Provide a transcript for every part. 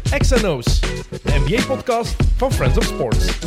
X&O's, de NBA-podcast van Friends of Sports.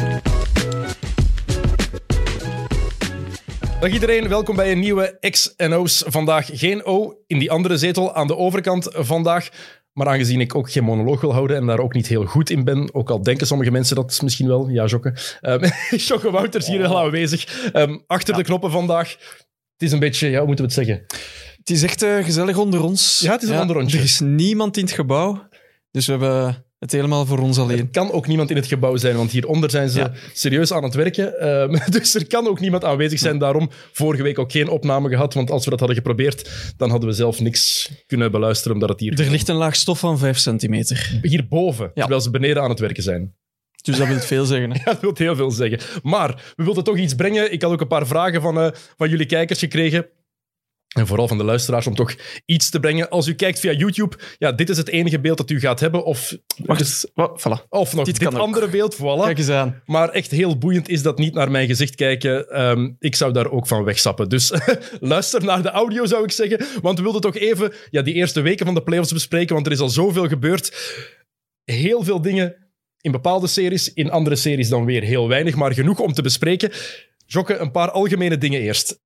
Dag iedereen, welkom bij een nieuwe X&O's. Vandaag geen O in die andere zetel aan de overkant vandaag. Maar aangezien ik ook geen monoloog wil houden en daar ook niet heel goed in ben, ook al denken sommige mensen dat misschien wel, ja, Jokke. Jokke Wouters hier heel aanwezig. Achter de knoppen vandaag. Het is een beetje, ja, hoe moeten we het zeggen? Het is echt gezellig onder ons. Ja, het is een onderrondje. Er is niemand in het gebouw, dus we hebben het helemaal voor ons alleen. Er kan ook niemand in het gebouw zijn, want hieronder zijn ze serieus aan het werken. Dus er kan ook niemand aanwezig zijn. Daarom vorige week ook geen opname gehad, want als we dat hadden geprobeerd, dan hadden we zelf niks kunnen beluisteren, omdat het hier... Er ligt een laag stof van 5 centimeter. Hierboven, terwijl ze beneden aan het werken zijn. Dus dat wil veel zeggen. Hè? Ja, dat wil heel veel zeggen. Maar we wilden toch iets brengen. Ik had ook een paar vragen van jullie kijkers gekregen. En vooral van de luisteraars om toch iets te brengen. Als u kijkt via YouTube, ja, dit is het enige beeld dat u gaat hebben. Of, Voilà. Of nog dit andere beeld, voilà. Kijk eens aan. Maar echt heel boeiend is dat niet naar mijn gezicht kijken. Ik zou daar ook van wegsappen. Dus luister naar de audio, zou ik zeggen. Want we wilden toch even die eerste weken van de playoffs bespreken, want er is al zoveel gebeurd. Heel veel dingen in bepaalde series, in andere series dan weer heel weinig, maar genoeg om te bespreken. Jokke, een paar algemene dingen eerst.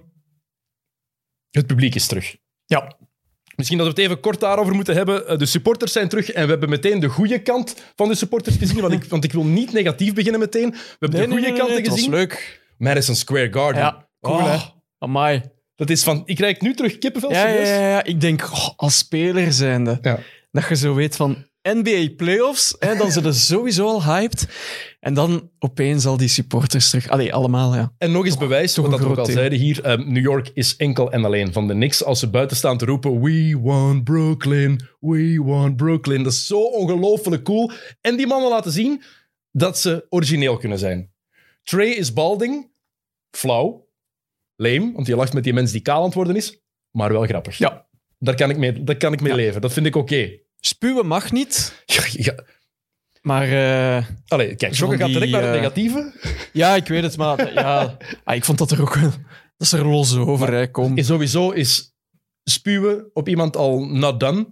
Het publiek is terug. Ja. Misschien dat we het even kort daarover moeten hebben. De supporters zijn terug en we hebben meteen de goede kant van de supporters gezien, want ik wil niet negatief beginnen meteen. We hebben de goede kanten gezien. Dat was leuk. Madison Square Garden. Ja, cool hè. Amai. Dat is van... Ik krijg nu terug kippenvel, serieus? Ja. Ik denk, als speler zijnde, dat je zo weet van NBA playoffs, hè, dan zijn ze sowieso al hyped. En dan opeens al die supporters terug. Allee, allemaal, ja. En nog eens bewijs, toch wat we ook al zeiden hier. New York is enkel en alleen van de Knicks. Als ze buiten staan te roepen, we want Brooklyn, we want Brooklyn. Dat is zo ongelooflijk cool. En die mannen laten zien dat ze origineel kunnen zijn. Trey is balding. Flauw. Lame, want je lacht met die mens die kaal aan het worden is. Maar wel grappig. Ja. Daar kan ik mee leven. Dat vind ik oké. Spuwen mag niet. Ja. Maar... Allee, kijk, Jokke gaat direct naar het negatieve. Ja, ik weet het, maar ik vond dat er ook... Dat is er los over, hè. Kom. Sowieso is spuwen op iemand al not done.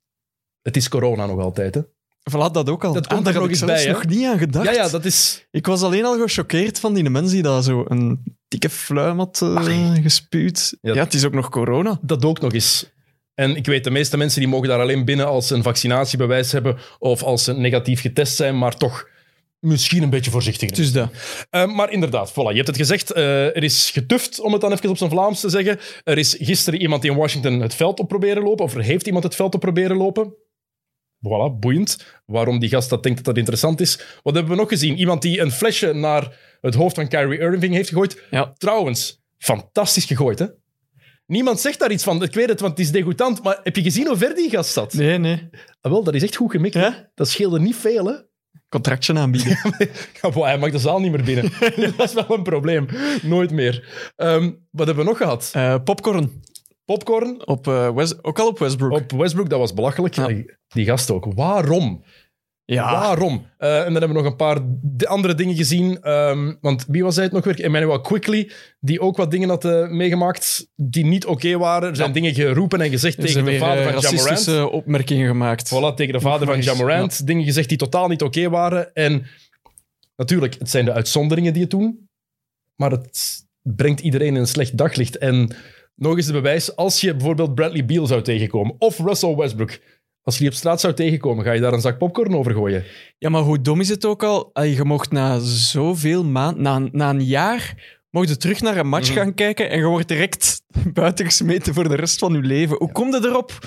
Het is corona nog altijd, hè. Voilà, dat ook al. Dat komt er nog eens bij, hè. Nog niet aan gedacht. Ja, dat is... Ik was alleen al gechoqueerd van die mens die daar zo een dikke fluim had gespuwd. Ja, het is ook nog corona. Dat ook nog eens. En ik weet, de meeste mensen die mogen daar alleen binnen als ze een vaccinatiebewijs hebben of als ze negatief getest zijn, maar toch misschien een beetje voorzichtiger. Dus dat. Maar inderdaad, voilà, je hebt het gezegd. Er is getuft, om het dan even op zijn Vlaams te zeggen. Er is gisteren iemand in Washington het veld op proberen lopen, of er heeft iemand het veld op proberen lopen. Voilà, boeiend. Waarom die gast dat denkt dat dat interessant is. Wat hebben we nog gezien? Iemand die een flesje naar het hoofd van Kyrie Irving heeft gegooid. Ja. Trouwens, fantastisch gegooid, hè? Niemand zegt daar iets van. Ik weet het, want het is degoutant. Maar heb je gezien hoe ver die gast zat? Nee. Wel, dat is echt goed gemikt. Ja? Dat scheelde niet veel, hè? Contractje aanbieden. Hij mag de zaal niet meer binnen. Dat is wel een probleem. Nooit meer. Wat hebben we nog gehad? Popcorn. Popcorn? Ook al op Westbrook. Op Westbrook, dat was belachelijk. Ja. Die gast ook. Waarom? Ja. Waarom? En dan hebben we nog een paar andere dingen gezien. Want wie was hij het nog weer? Emmanuel Quickley, die ook wat dingen had meegemaakt die niet oké waren. Er zijn dingen geroepen en gezegd tegen de vader van Ja Morant. Racistische opmerkingen gemaakt. Voilà, tegen de vader van Ja Morant. Ja. Dingen gezegd die totaal niet oké waren. En natuurlijk, het zijn de uitzonderingen die het doen. Maar het brengt iedereen in een slecht daglicht. En nog eens de bewijs, als je bijvoorbeeld Bradley Beal zou tegenkomen of Russell Westbrook... Als je die op straat zou tegenkomen, ga je daar een zak popcorn over gooien? Ja, maar hoe dom is het ook al? Je mocht na zoveel maanden, na een jaar, mocht je terug naar een match gaan kijken en je wordt direct buitengesmeten voor de rest van je leven. Hoe kom je erop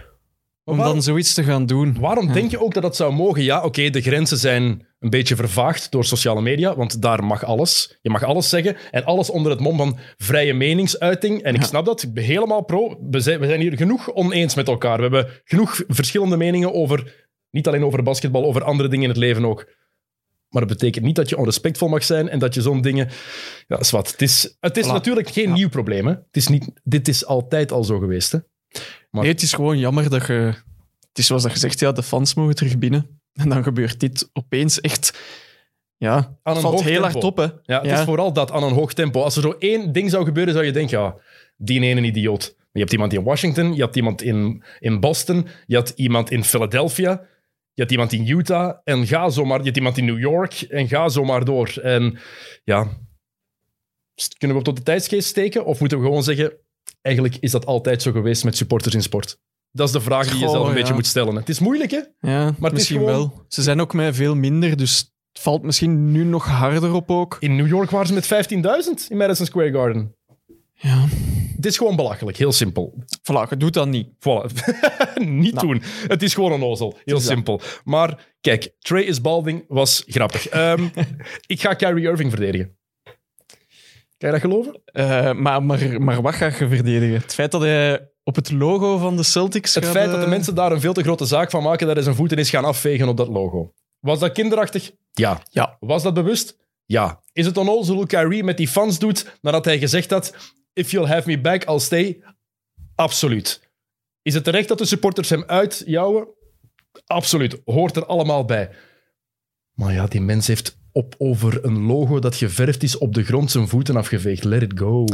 om dan zoiets te gaan doen? Waarom denk je ook dat dat zou mogen? Ja, oké, de grenzen zijn een beetje vervaagd door sociale media, want daar mag alles. Je mag alles zeggen en alles onder het mom van vrije meningsuiting. En ik snap dat, ik ben helemaal pro. We zijn hier genoeg oneens met elkaar. We hebben genoeg verschillende meningen over, niet alleen over basketbal, over andere dingen in het leven ook. Maar dat betekent niet dat je onrespectvol mag zijn en dat je zo'n dingen... Ja, is wat. Het is natuurlijk geen nieuw probleem. Hè. Dit is altijd al zo geweest. Hè. Maar... Nee, het is gewoon jammer dat je... Het is zoals dat gezegd, de fans mogen terug binnen. En dan gebeurt dit opeens echt... Ja, het valt heel hard op, hè. Ja, het is vooral dat, aan een hoog tempo. Als er zo één ding zou gebeuren, zou je denken, ja, die ene idioot. Maar je hebt iemand in Washington, je had iemand in Boston, je had iemand in Philadelphia. Je hebt iemand in Utah en ga zomaar. Je hebt iemand in New York en ga zomaar door. En ja, kunnen we op tot de tijdsgeest steken? Of moeten we gewoon zeggen, eigenlijk is dat altijd zo geweest met supporters in sport? Dat is de vraag die je zelf een beetje moet stellen. Het is moeilijk, hè? Ja, maar misschien gewoon... wel. Ze zijn ook met veel minder, dus het valt misschien nu nog harder op ook. In New York waren ze met 15.000 in Madison Square Garden. Ja. Het is gewoon belachelijk, heel simpel. Voilà, doe dat niet. Voilà. Niet doen. Het is gewoon een ozel. Heel simpel. Maar kijk, Trey is balding was grappig. Ik ga Kyrie Irving verdedigen. Kan je dat geloven? Maar wat ga je verdedigen? Het feit dat hij op het logo van de Celtics Het feit dat de mensen daar een veel te grote zaak van maken dat hij zijn voeten is gaan afvegen op dat logo. Was dat kinderachtig? Ja. Was dat bewust? Ja. Is het onnozel hoe Kyrie met die fans doet nadat hij gezegd had: if you'll have me back, I'll stay? Absoluut. Is het terecht dat de supporters hem uitjouwen? Absoluut. Hoort er allemaal bij. Maar ja, die mens heeft over een logo dat geverfd is op de grond zijn voeten afgeveegd. Let it go.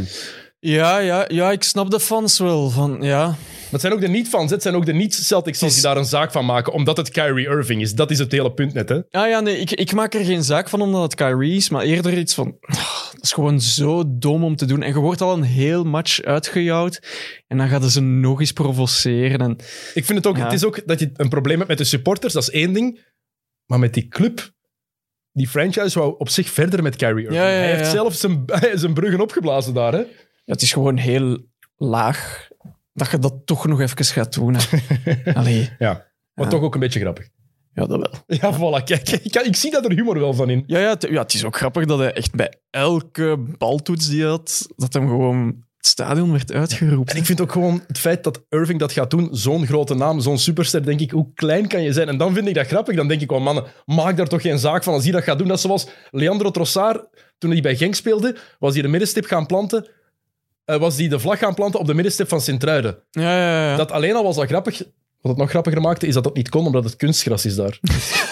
Ja, ik snap de fans wel. Maar het zijn ook de niet-fans, het zijn ook de niet-Celtics die daar een zaak van maken, omdat het Kyrie Irving is. Dat is het hele punt net, hè? Nee, ik maak er geen zaak van omdat het Kyrie is, maar eerder iets van... Dat is gewoon zo dom om te doen. En je wordt al een heel match uitgejouwd en dan gaan ze nog eens provoceren. En... Ik vind het ook... Ja. Het is ook dat je een probleem hebt met de supporters, dat is één ding. Maar met die club... Die franchise wou op zich verder met Kyrie Irving. Hij heeft zelf zijn bruggen opgeblazen daar, hè? Ja, het is gewoon heel laag dat je dat toch nog even gaat doen. Allee. Ja, maar toch ook een beetje grappig. Ja, dat wel. Ja, voilà. Kijk, ik zie dat er humor wel van in. Ja, het is ook grappig dat hij echt bij elke baltoets die hij had, dat hem gewoon het stadion werd uitgeroepen. En ik vind ook gewoon het feit dat Irving dat gaat doen, zo'n grote naam, zo'n superster, denk ik, hoe klein kan je zijn? En dan vind ik dat grappig. Dan denk ik, oh mannen, maak daar toch geen zaak van als hij dat gaat doen. Dat is zoals Leandro Trossard, toen hij bij Genk speelde, was hij de middenstip gaan planten. Was hij de vlag gaan planten op de middenstip van Sint-Truiden. Ja. Dat alleen al was al grappig. Wat het nog grappiger maakte, is dat dat niet kon, omdat het kunstgras is daar.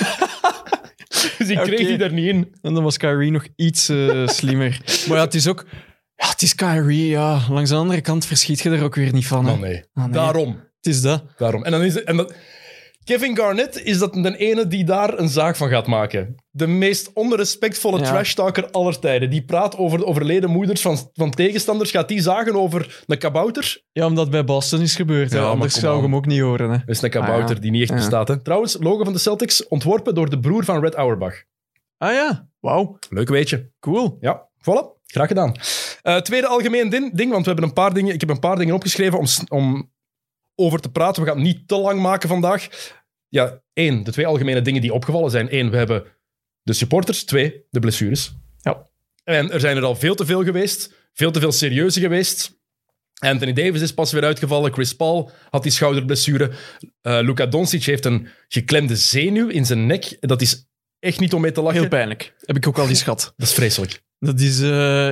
Dus ik kreeg die er niet in. En dan was Kyrie nog iets slimmer. Maar ja, het is ook... Ja, het is Kyrie, ja. Langs de andere kant verschiet je er ook weer niet van. Hè? Nee. Daarom. Het is dat. Daarom. En dan is het... Kevin Garnett is dat de ene die daar een zaak van gaat maken. De meest onrespectvolle trashtalker aller tijden. Die praat over de overleden moeders van tegenstanders. Gaat die zagen over een kabouter? Ja, omdat het bij Boston is gebeurd. Ja, anders zou je hem ook niet horen. Hè. Dat is een kabouter die niet echt bestaat. Hè. Trouwens, logo van de Celtics ontworpen door de broer van Red Auerbach. Ah ja, wauw. Leuk weetje. Cool. Ja, voilà. Graag gedaan. Tweede algemeen ding, want we hebben ik heb een paar dingen opgeschreven om over te praten. We gaan het niet te lang maken vandaag. Ja, de twee algemene dingen die opgevallen zijn. 1, we hebben de supporters. 2, de blessures. Ja. En er zijn er al veel te veel geweest. Veel te veel serieuze geweest. Anthony Davis is pas weer uitgevallen. Chris Paul had die schouderblessure. Luka Doncic heeft een geklemde zenuw in zijn nek. Dat is echt niet om mee te lachen. Heel pijnlijk. Heb ik ook al eens gehad. Dat is vreselijk. Dat is...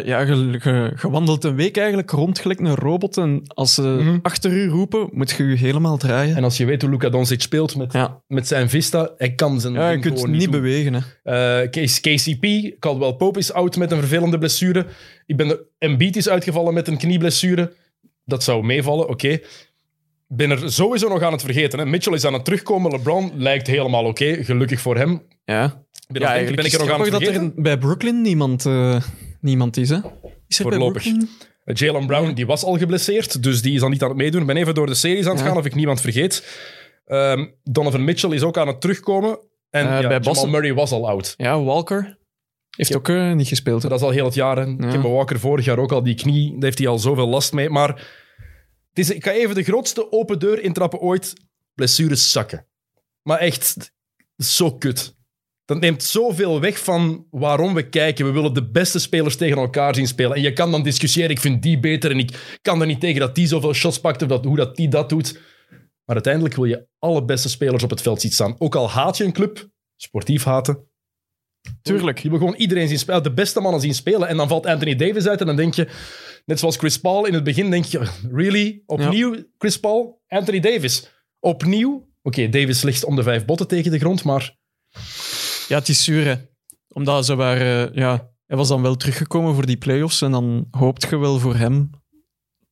je wandelt een week eigenlijk rond gelijk een robot en als ze achter u roepen, moet je helemaal draaien. En als je weet hoe Luka Doncic speelt met zijn vista, hij kan zijn ding gewoon niet doen. Je kunt niet bewegen. Hè. KCP, Caldwell Pope is oud met een vervelende blessure. Embiid is uitgevallen met een knieblessure. Dat zou meevallen, oké. Ben er sowieso nog aan het vergeten. Hè. Mitchell is aan het terugkomen. LeBron lijkt helemaal oké. Gelukkig voor hem. Ja. Ben ik er nog aan het vergeten? Dat er bij Brooklyn niemand is, hè? Is er voorlopig. Jaylen Brown die was al geblesseerd, dus die is al niet aan het meedoen. Ik ben even door de series aan het gaan of ik niemand vergeet. Donovan Mitchell is ook aan het terugkomen. En bij Jamal Murray was al oud. Ja, Walker heeft ook niet gespeeld. Hè? Dat is al heel het jaar. Hè. Ja. Ik heb bij Walker vorig jaar ook al die knie. Daar heeft hij al zoveel last mee. Maar ik ga even de grootste open deur intrappen ooit. Blessures zakken. Maar echt, zo kut. Dat neemt zoveel weg van waarom we kijken. We willen de beste spelers tegen elkaar zien spelen. En je kan dan discussiëren, ik vind die beter en ik kan er niet tegen dat die zoveel shots pakt of hoe dat die dat doet. Maar uiteindelijk wil je alle beste spelers op het veld zien staan. Ook al haat je een club, sportief haten. Tuurlijk. Je wil gewoon iedereen zien spelen, de beste mannen zien spelen. En dan valt Anthony Davis uit en dan denk je, net zoals Chris Paul in het begin, denk je, really? Opnieuw Chris Paul? Anthony Davis? Opnieuw? Oké, Davis ligt om de 5 botten tegen de grond, maar... Ja, het is zuur, hè. Omdat ze waren... hij was dan wel teruggekomen voor die playoffs en dan hoopt je wel voor hem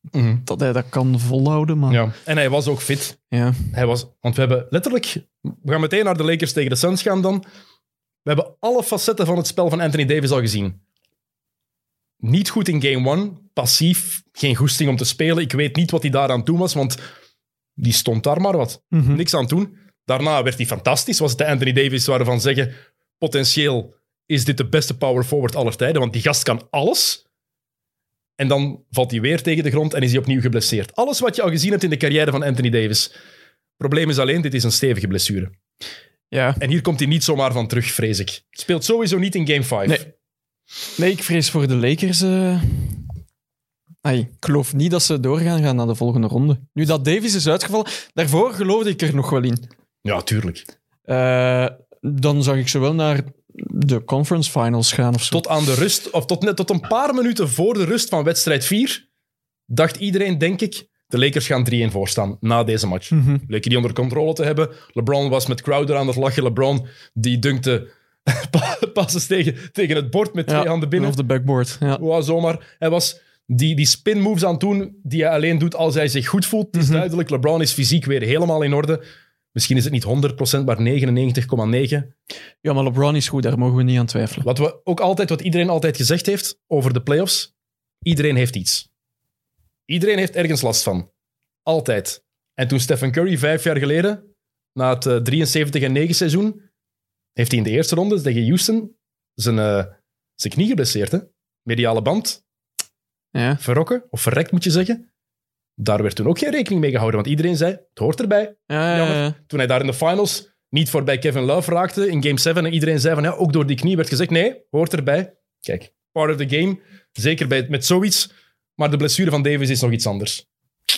dat hij dat kan volhouden. Maar... Ja. En hij was ook fit. Ja. Want we hebben letterlijk... We gaan meteen naar de Lakers tegen de Suns gaan dan. We hebben alle facetten van het spel van Anthony Davis al gezien. Niet goed in game 1. Passief. Geen goesting om te spelen. Ik weet niet wat hij daaraan toe was, want die stond daar maar wat. Niks aan doen. Daarna werd hij fantastisch. Was het de Anthony Davis waarvan we zeggen... Potentieel is dit de beste power forward aller tijden, want die gast kan alles. En dan valt hij weer tegen de grond en is hij opnieuw geblesseerd. Alles wat je al gezien hebt in de carrière van Anthony Davis. Probleem is alleen, dit is een stevige blessure. Ja. En hier komt hij niet zomaar van terug, vrees ik. Speelt sowieso niet in game 5. Nee, ik vrees voor de Lakers... ik geloof niet dat ze gaan naar de volgende ronde. Nu dat Davis is uitgevallen, daarvoor geloofde ik er nog wel in. Ja, tuurlijk. Dan zag ik ze wel naar de conference finals gaan of zo. Tot aan de rust, of tot een paar minuten voor de rust van wedstrijd 4, dacht iedereen, denk ik, de Lakers gaan 3-1 voorstaan na deze match. Leken die onder controle te hebben. LeBron was met Crowder aan het lachen. LeBron, die dunkte passes tegen het bord met 2 handen binnen. Of de backboard. Ja. Wow, zomaar. Hij was die spin moves aan het doen die hij alleen doet als hij zich goed voelt. Het is duidelijk, LeBron is fysiek weer helemaal in orde. Misschien is het niet 100%, maar 99,9%. Ja, maar LeBron is goed, daar mogen we niet aan twijfelen. Wat iedereen altijd gezegd heeft over de playoffs, iedereen heeft iets. Iedereen heeft ergens last van. Altijd. En toen Stephen Curry 5 jaar geleden, na het 73-9 seizoen, heeft hij in de eerste ronde tegen Houston zijn knie geblesseerd. Hè? Mediale band. Ja. Verrokken, of verrekt moet je zeggen. Daar werd toen ook geen rekening mee gehouden, want iedereen zei, het hoort erbij. Ja. Toen hij daar in de finals niet voorbij Kevin Love raakte in game 7 en iedereen zei van, ja, ook door die knie werd gezegd, nee, hoort erbij. Kijk, part of the game, zeker met zoiets. Maar de blessure van Davis is nog iets anders.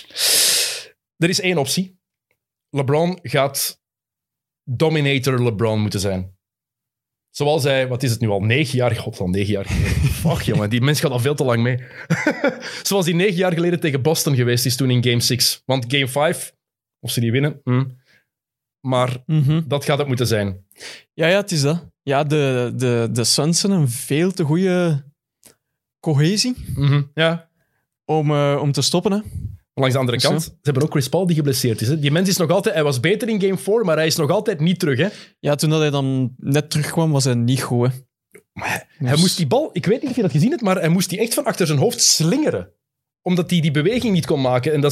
Er is 1 optie. LeBron gaat Dominator LeBron moeten zijn. Zoals hij, wat is het nu al, 9 jaar... God, al 9 jaar geleden. Fuck, jongen, die mens gaat al veel te lang mee. Zoals hij 9 jaar geleden tegen Boston geweest is toen in game 6. Want game 5, of ze die winnen... Maar dat gaat het moeten zijn. Ja, het is dat. Ja, de Suns zijn een veel te goede cohesie Ja. om te stoppen, hè. Langs de andere kant, ze hebben ook Chris Paul die geblesseerd is. Hè. Die mens is nog altijd... Hij was beter in game 4, maar hij is nog altijd niet terug. Hè. Ja, toen dat hij dan net terugkwam, was hij niet goed. Hè. Maar hij moest die bal... Ik weet niet of je dat gezien hebt, maar hij moest die echt van achter zijn hoofd slingeren. Omdat hij die beweging niet kon maken. En dat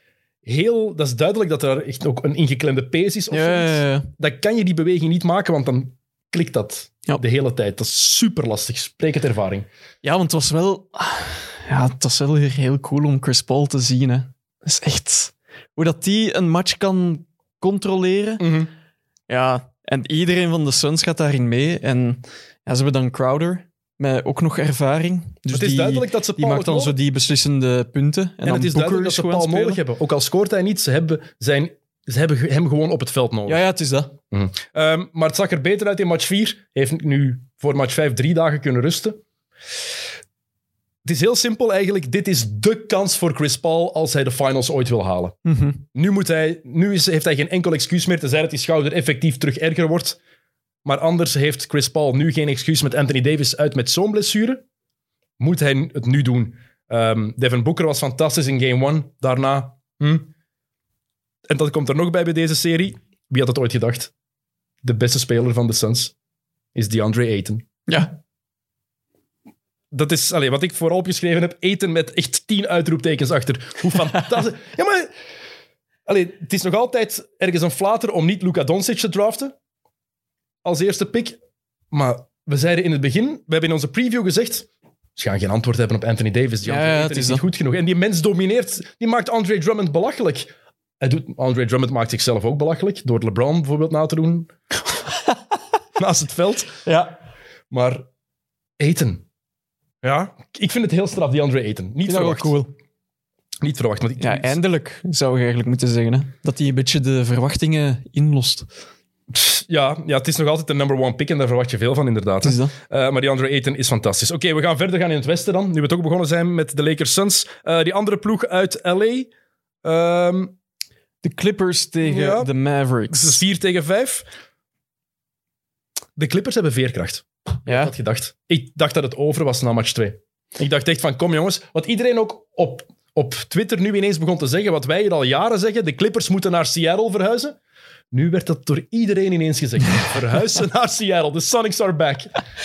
is duidelijk dat er echt ook een ingeklemde pees is. Of zoiets. Dan kan je die beweging niet maken, want dan klikt dat de hele tijd. Dat is super lastig. Spreek het ervaring. Ja, want het was wel... Ja, het was wel weer heel cool om Chris Paul te zien. Hè. Dat is echt... Hoe dat die een match kan controleren. Ja, en iedereen van de Suns gaat daarin mee. En ja, ze hebben dan Crowder, met ook nog ervaring. Dus het is duidelijk dat ze die maakt dan zo die beslissende punten. En dan het is duidelijk dat ze Paul nodig hebben. Ook al scoort hij niet, ze hebben hem gewoon op het veld nodig. Ja, het is dat. Maar het zag er beter uit in match 4. Hij heeft nu voor match 5 3 dagen kunnen rusten. Het is heel simpel eigenlijk. Dit is dé kans voor Chris Paul als hij de finals ooit wil halen. Nu heeft hij geen enkel excuus meer, tenzij dat die schouder effectief terug erger wordt. Maar anders heeft Chris Paul nu geen excuus met Anthony Davis uit met zo'n blessure. Moet hij het nu doen. Devin Booker was fantastisch in game 1. Daarna... En dat komt er nog bij deze serie. Wie had het ooit gedacht? De beste speler van de Suns is DeAndre Ayton. Ja. Dat is wat ik vooral opgeschreven heb. Ayton met echt 10 uitroeptekens achter. Hoe fantastisch... Ja, maar... het is nog altijd ergens een flater om niet Luka Doncic te draften. Als eerste pick. Maar we zeiden in het begin... We hebben in onze preview gezegd... Ze gaan geen antwoord hebben op Anthony Davis. Het is niet goed genoeg. En die mens domineert. Die maakt Andre Drummond belachelijk. Andre Drummond maakt zichzelf ook belachelijk. Door LeBron bijvoorbeeld na te doen. Naast het veld. Ja. Maar Ayton... Ja, ik vind het heel straf, die Andre Ayton. Niet verwacht. Cool. Niet verwacht. Maar eindelijk zou je eigenlijk moeten zeggen. Hè? Dat hij een beetje de verwachtingen inlost. Ja, het is nog altijd de number 1 pick en daar verwacht je veel van, inderdaad. Is dat? Maar die Andre Ayton is fantastisch. Oké, we gaan verder gaan in het westen dan. Nu we toch begonnen zijn met de Lakers Suns. Die andere ploeg uit LA. De Clippers tegen de Mavericks. Dus 4-5. De Clippers hebben veerkracht. Ja. Ik had gedacht. Ik dacht dat het over was na match 2. Ik dacht echt van, kom jongens. Wat iedereen ook op Twitter nu ineens begon te zeggen wat wij hier al jaren zeggen. De Clippers moeten naar Seattle verhuizen. Nu werd dat door iedereen ineens gezegd. Verhuizen naar Seattle. The Sonics are back.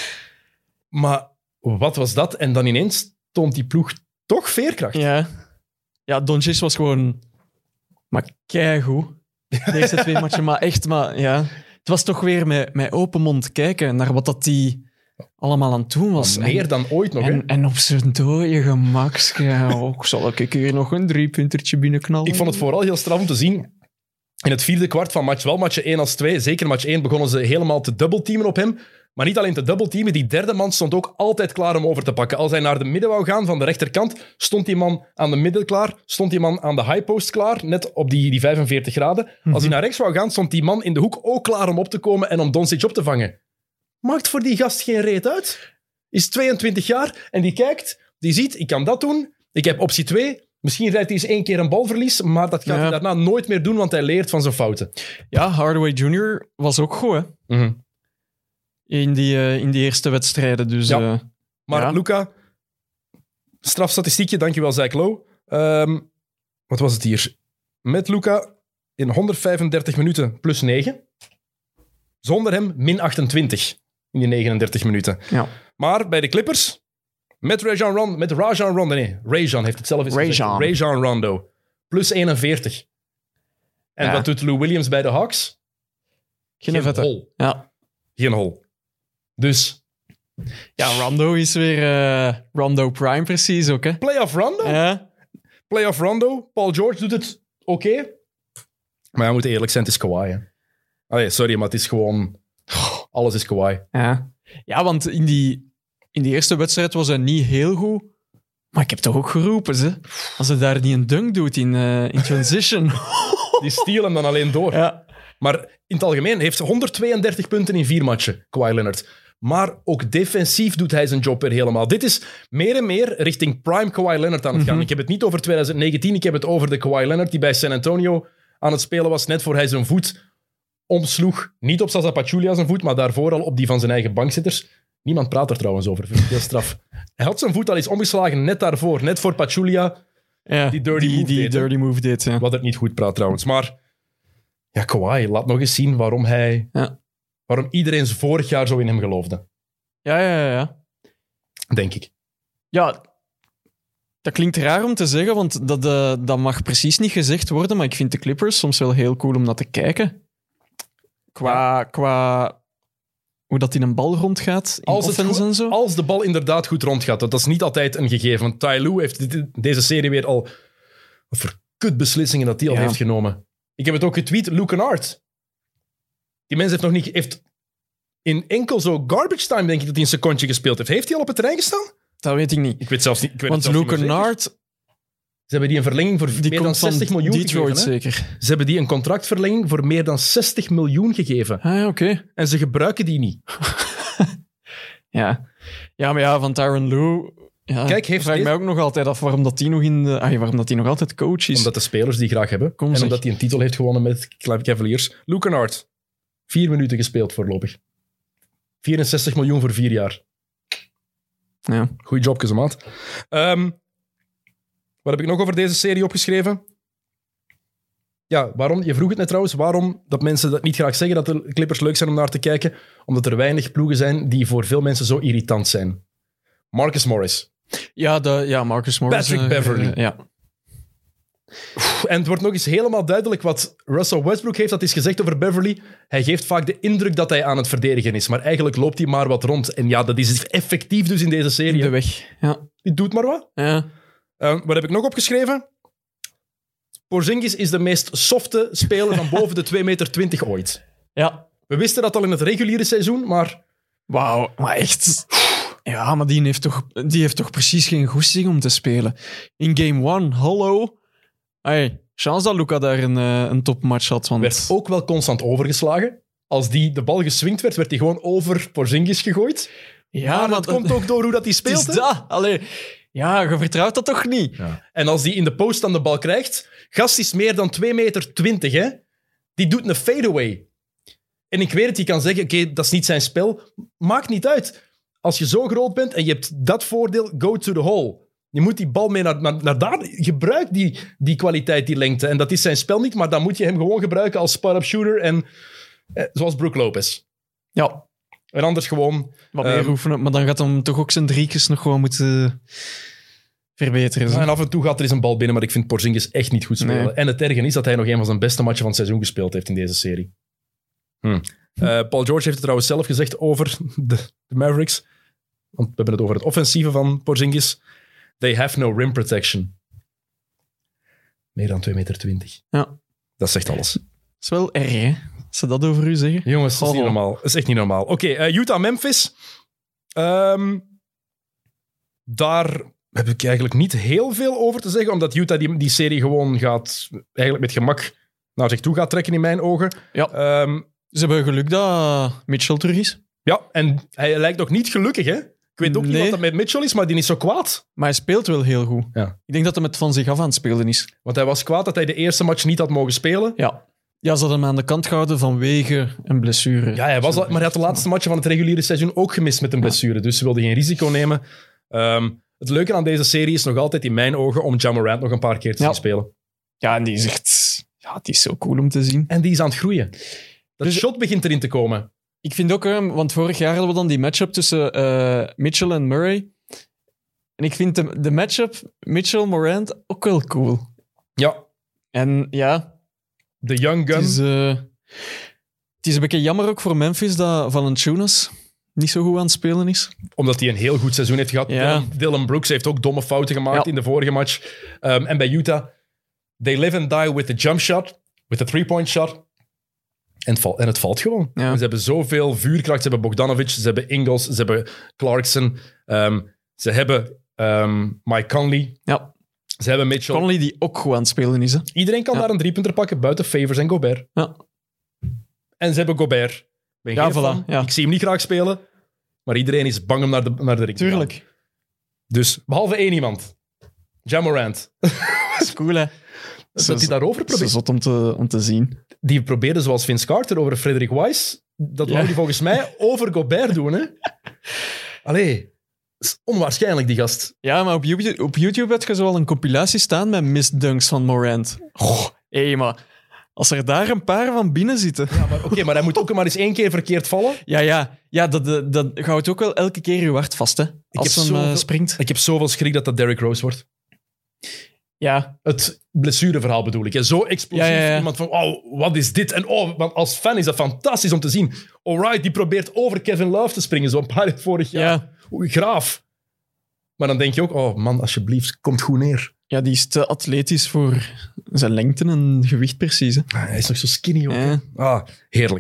Maar wat was dat? En dan ineens toont die ploeg toch veerkracht. Ja, Doncic was gewoon... Maar keigoed. De eerste 2 matchen, maar echt... Maar, ja. Het was toch weer met open mond kijken naar wat dat die allemaal aan het doen was. Meer dan ooit nog, hè? En op zijn dode gemak. Zal ik hier nog een 3-puntertje binnenknallen? Ik vond het vooral heel straf om te zien. In het 4e kwart van match 1 als 2, zeker match 1, begonnen ze helemaal te dubbelteamen op hem. Maar niet alleen te dubbelteamen, die derde man stond ook altijd klaar om over te pakken. Als hij naar de midden wou gaan van de rechterkant, stond die man aan de middel klaar, stond die man aan de high post klaar, net op die 45 graden. Als hij naar rechts wou gaan, stond die man in de hoek ook klaar om op te komen en om Doncic op te vangen. Maakt voor die gast geen reet uit. Is 22 jaar en die kijkt, die ziet, ik kan dat doen, ik heb optie 2... Misschien rijdt hij eens 1 keer een balverlies, maar dat gaat hij daarna nooit meer doen, want hij leert van zijn fouten. Ja, Hardaway Jr. was ook goed, hè? Mm-hmm. In die eerste wedstrijden. Dus, maar Luka, strafstatistiekje, dankjewel Zach Lowe. Wat was het hier? Met Luka in 135 minuten plus 9. Zonder hem min 28 in die 39 minuten. Ja. Maar bij de Clippers... Met Rajon Rondo. Rajon heeft het zelf eens gezegd. Rajon Rondo. Plus 41. En wat doet Lou Williams bij de Hawks? Geen hol. Ja. Geen hol. Dus... Ja, Rondo is weer Rondo Prime precies ook, hè? Playoff Rondo? Ja. Playoff Rondo. Paul George doet het oké. Maar we moeten eerlijk zijn, het is Kawhi, hè. Allee, sorry, maar het is gewoon... Alles is Kawhi. Ja, want in die eerste wedstrijd was hij niet heel goed. Maar ik heb toch ook geroepen, ze. Als hij daar niet een dunk doet in transition. Die steal hem dan alleen door. Ja. Maar in het algemeen heeft 132 punten in 4 matchen, Kawhi Leonard. Maar ook defensief doet hij zijn job weer helemaal. Dit is meer en meer richting prime Kawhi Leonard aan het gaan. Ik heb het niet over 2019, ik heb het over de Kawhi Leonard die bij San Antonio aan het spelen was, net voor hij zijn voet omsloeg. Niet op Zaza Pachulia zijn voet, maar daarvoor al op die van zijn eigen bankzitters. Niemand praat er trouwens over, vind ik heel straf. Hij had zijn voet al eens omgeslagen net daarvoor, net voor Pachulia die dirty move deed. Ja. Wat het niet goed praat trouwens. Maar ja, Kawhi, laat nog eens zien waarom iedereen vorig jaar zo in hem geloofde. Ja. Denk ik. Ja, dat klinkt raar om te zeggen, want dat mag precies niet gezegd worden, maar ik vind de Clippers soms wel heel cool om naar te kijken. Qua hoe dat in een bal rondgaat, in offense en zo. Als de bal inderdaad goed rondgaat, dat is niet altijd een gegeven. Want Ty Lue heeft deze serie weer al... Wat voor kutbeslissingen dat hij al heeft genomen. Ik heb het ook getweet, Luke Kennard. Die mens heeft in enkel zo garbage time, denk ik, dat hij een secondje gespeeld heeft. Heeft hij al op het terrein gestaan? Dat weet ik niet. Ik weet zelfs niet. Want Luke Kennard... Ze hebben die een verlenging voor meer dan 60 miljoen Detroit gegeven. Zeker. Ze hebben die een contractverlenging voor meer dan 60 miljoen gegeven. Oké. En ze gebruiken die niet. Ja, maar van Tyronn Lue... Ja, Kijk, vraag mij ook nog altijd af waarom dat die nog altijd coach is. Omdat de spelers die graag hebben. Omdat hij een titel heeft gewonnen met Cavaliers. Luke Kennard. 4 minuten gespeeld voorlopig. 64 miljoen voor 4 jaar. Ja. Goeie jobje, maat. Wat heb ik nog over deze serie opgeschreven? Ja, waarom? Je vroeg het net trouwens, waarom dat mensen dat niet graag zeggen, dat de Clippers leuk zijn om naar te kijken. Omdat er weinig ploegen zijn die voor veel mensen zo irritant zijn. Marcus Morris. Ja, Marcus Morris. Patrick Beverley. Ja. En het wordt nog eens helemaal duidelijk wat Russell Westbrook heeft. Dat is gezegd over Beverley. Hij geeft vaak de indruk dat hij aan het verdedigen is. Maar eigenlijk loopt hij maar wat rond. En ja, dat is effectief dus in deze serie. In de weg, ja. Die doet maar wat. Ja. Wat heb ik nog opgeschreven? Porzingis is de meest softe speler van boven de 2,20 meter ooit. Ja. We wisten dat al in het reguliere seizoen, maar... Wauw, maar echt... Ja, maar die heeft toch precies geen goesting om te spelen. In game 1, hallo. Hey, chance dat Luka daar een topmatch had. Want... Werd ook wel constant overgeslagen. Als de bal geswingd werd hij gewoon over Porzingis gegooid. Ja, maar dat komt ook door hoe dat hij speelt. Het is dat. Allee... Ja, je vertrouwt dat toch niet? Ja. En als die in de post aan de bal krijgt... Gast is meer dan 2,20 meter, hè? Die doet een fadeaway. En ik weet het, je kan zeggen... Oké, dat is niet zijn spel. Maakt niet uit. Als je zo groot bent en je hebt dat voordeel... Go to the hole. Je moet die bal mee naar daar. Gebruik die kwaliteit, die lengte. En dat is zijn spel niet, maar dan moet je hem gewoon gebruiken als spot-up shooter. En zoals Brook Lopez. Ja. En anders gewoon... Wat meer oefenen, maar dan gaat hem toch ook zijn driekjes nog gewoon moeten verbeteren. En af en toe gaat er eens een bal binnen, maar ik vind Porzingis echt niet goed spelen. Nee. En het erge is dat hij nog een van zijn beste matchen van het seizoen gespeeld heeft in deze serie. Paul George heeft het trouwens zelf gezegd over de Mavericks. Want we hebben het over het offensieve van Porzingis. They have no rim protection. Meer dan 2,20 meter. Ja. Dat zegt alles. Dat is wel erg, hè? Als ze dat over u zeggen. Jongens, dat is niet normaal. Dat is echt niet normaal. Oké, Utah-Memphis. Daar heb ik eigenlijk niet heel veel over te zeggen, omdat Utah die serie gewoon gaat eigenlijk met gemak naar zich toe gaat trekken in mijn ogen. Ja. Ze hebben geluk dat Mitchell terug is. Ja, en hij lijkt nog niet gelukkig, hè? Ik weet ook niet wat dat met Mitchell is, maar die is zo kwaad. Maar hij speelt wel heel goed. Ja. Ik denk dat hij het van zich af aan het spelen is. Want hij was kwaad dat hij de eerste match niet had mogen spelen. Ja. Ja, ze hadden hem aan de kant gehouden vanwege een blessure. Ja, maar hij had de laatste matchen van het reguliere seizoen ook gemist met een blessure. Dus ze wilden geen risico nemen. Het leuke aan deze serie is nog altijd in mijn ogen om Ja Morant nog een paar keer te zien spelen. Ja, en die is echt... Ja, het is zo cool om te zien. En die is aan het groeien. Dat Dus- shot begint erin te komen. Ik vind ook, want vorig jaar hadden we dan die matchup tussen Mitchell en Murray. En ik vind de matchup Mitchell-Morant ook wel cool. Ja, En ja, de young gun. het is een beetje jammer ook voor Memphis dat Valanciunas niet zo goed aan het spelen is. Omdat hij een heel goed seizoen heeft gehad. Ja. Dylan Brooks heeft ook domme fouten gemaakt in de vorige match. En bij Utah, they live and die with the jump shot, with the three-point shot. En het valt gewoon. Ja. En ze hebben zoveel vuurkracht. Ze hebben Bogdanovic, ze hebben Ingles, ze hebben Clarkson. Ze hebben Mike Conley. Ja, Ze hebben Mitchell. Conley die ook goed aan het spelen is. Hè? Iedereen kan daar een driepunter pakken, buiten Favors en Gobert. Ja. En ze hebben Gobert. Ik ben Ja, geen voilà, fan. ja. Ik zie hem niet graag spelen. Maar iedereen is bang om naar de ring te gaan. Tuurlijk. Dus, behalve één iemand. Ja Morant. Dat is cool, hè? Dat hij daarover Dat is probeert. zot om te zien. Die probeerde, zoals Vince Carter over Frederick Weiss, dat wou hij volgens mij over Gobert doen, hè? Allee, dat is onwaarschijnlijk, die gast. Ja, maar op YouTube had je zo al een compilatie staan met misdunks van Morant. Hé, maar als er daar een paar van binnen zitten... Ja, maar oké, maar hij moet ook maar eens één keer verkeerd vallen. Ja, dat houdt ook wel elke keer je hart vast, hè? Als heb hem zoveel- springt. Ik heb zoveel schrik dat dat Derrick Rose wordt. Ja, Het blessureverhaal bedoel ik. Hè. Zo explosief. Ja. Iemand van, oh, wat is dit? En want als fan is dat fantastisch om te zien. Alright, die probeert over Kevin Love te springen, zo'n paar jaar vorig jaar. ja. Oei, graaf. Maar dan denk je ook, oh man, alsjeblieft, komt goed neer. Ja, die is te atletisch voor zijn lengte en gewicht precies. Hè. Hij is nog zo skinny ook. hè. Ja. Heerlijk.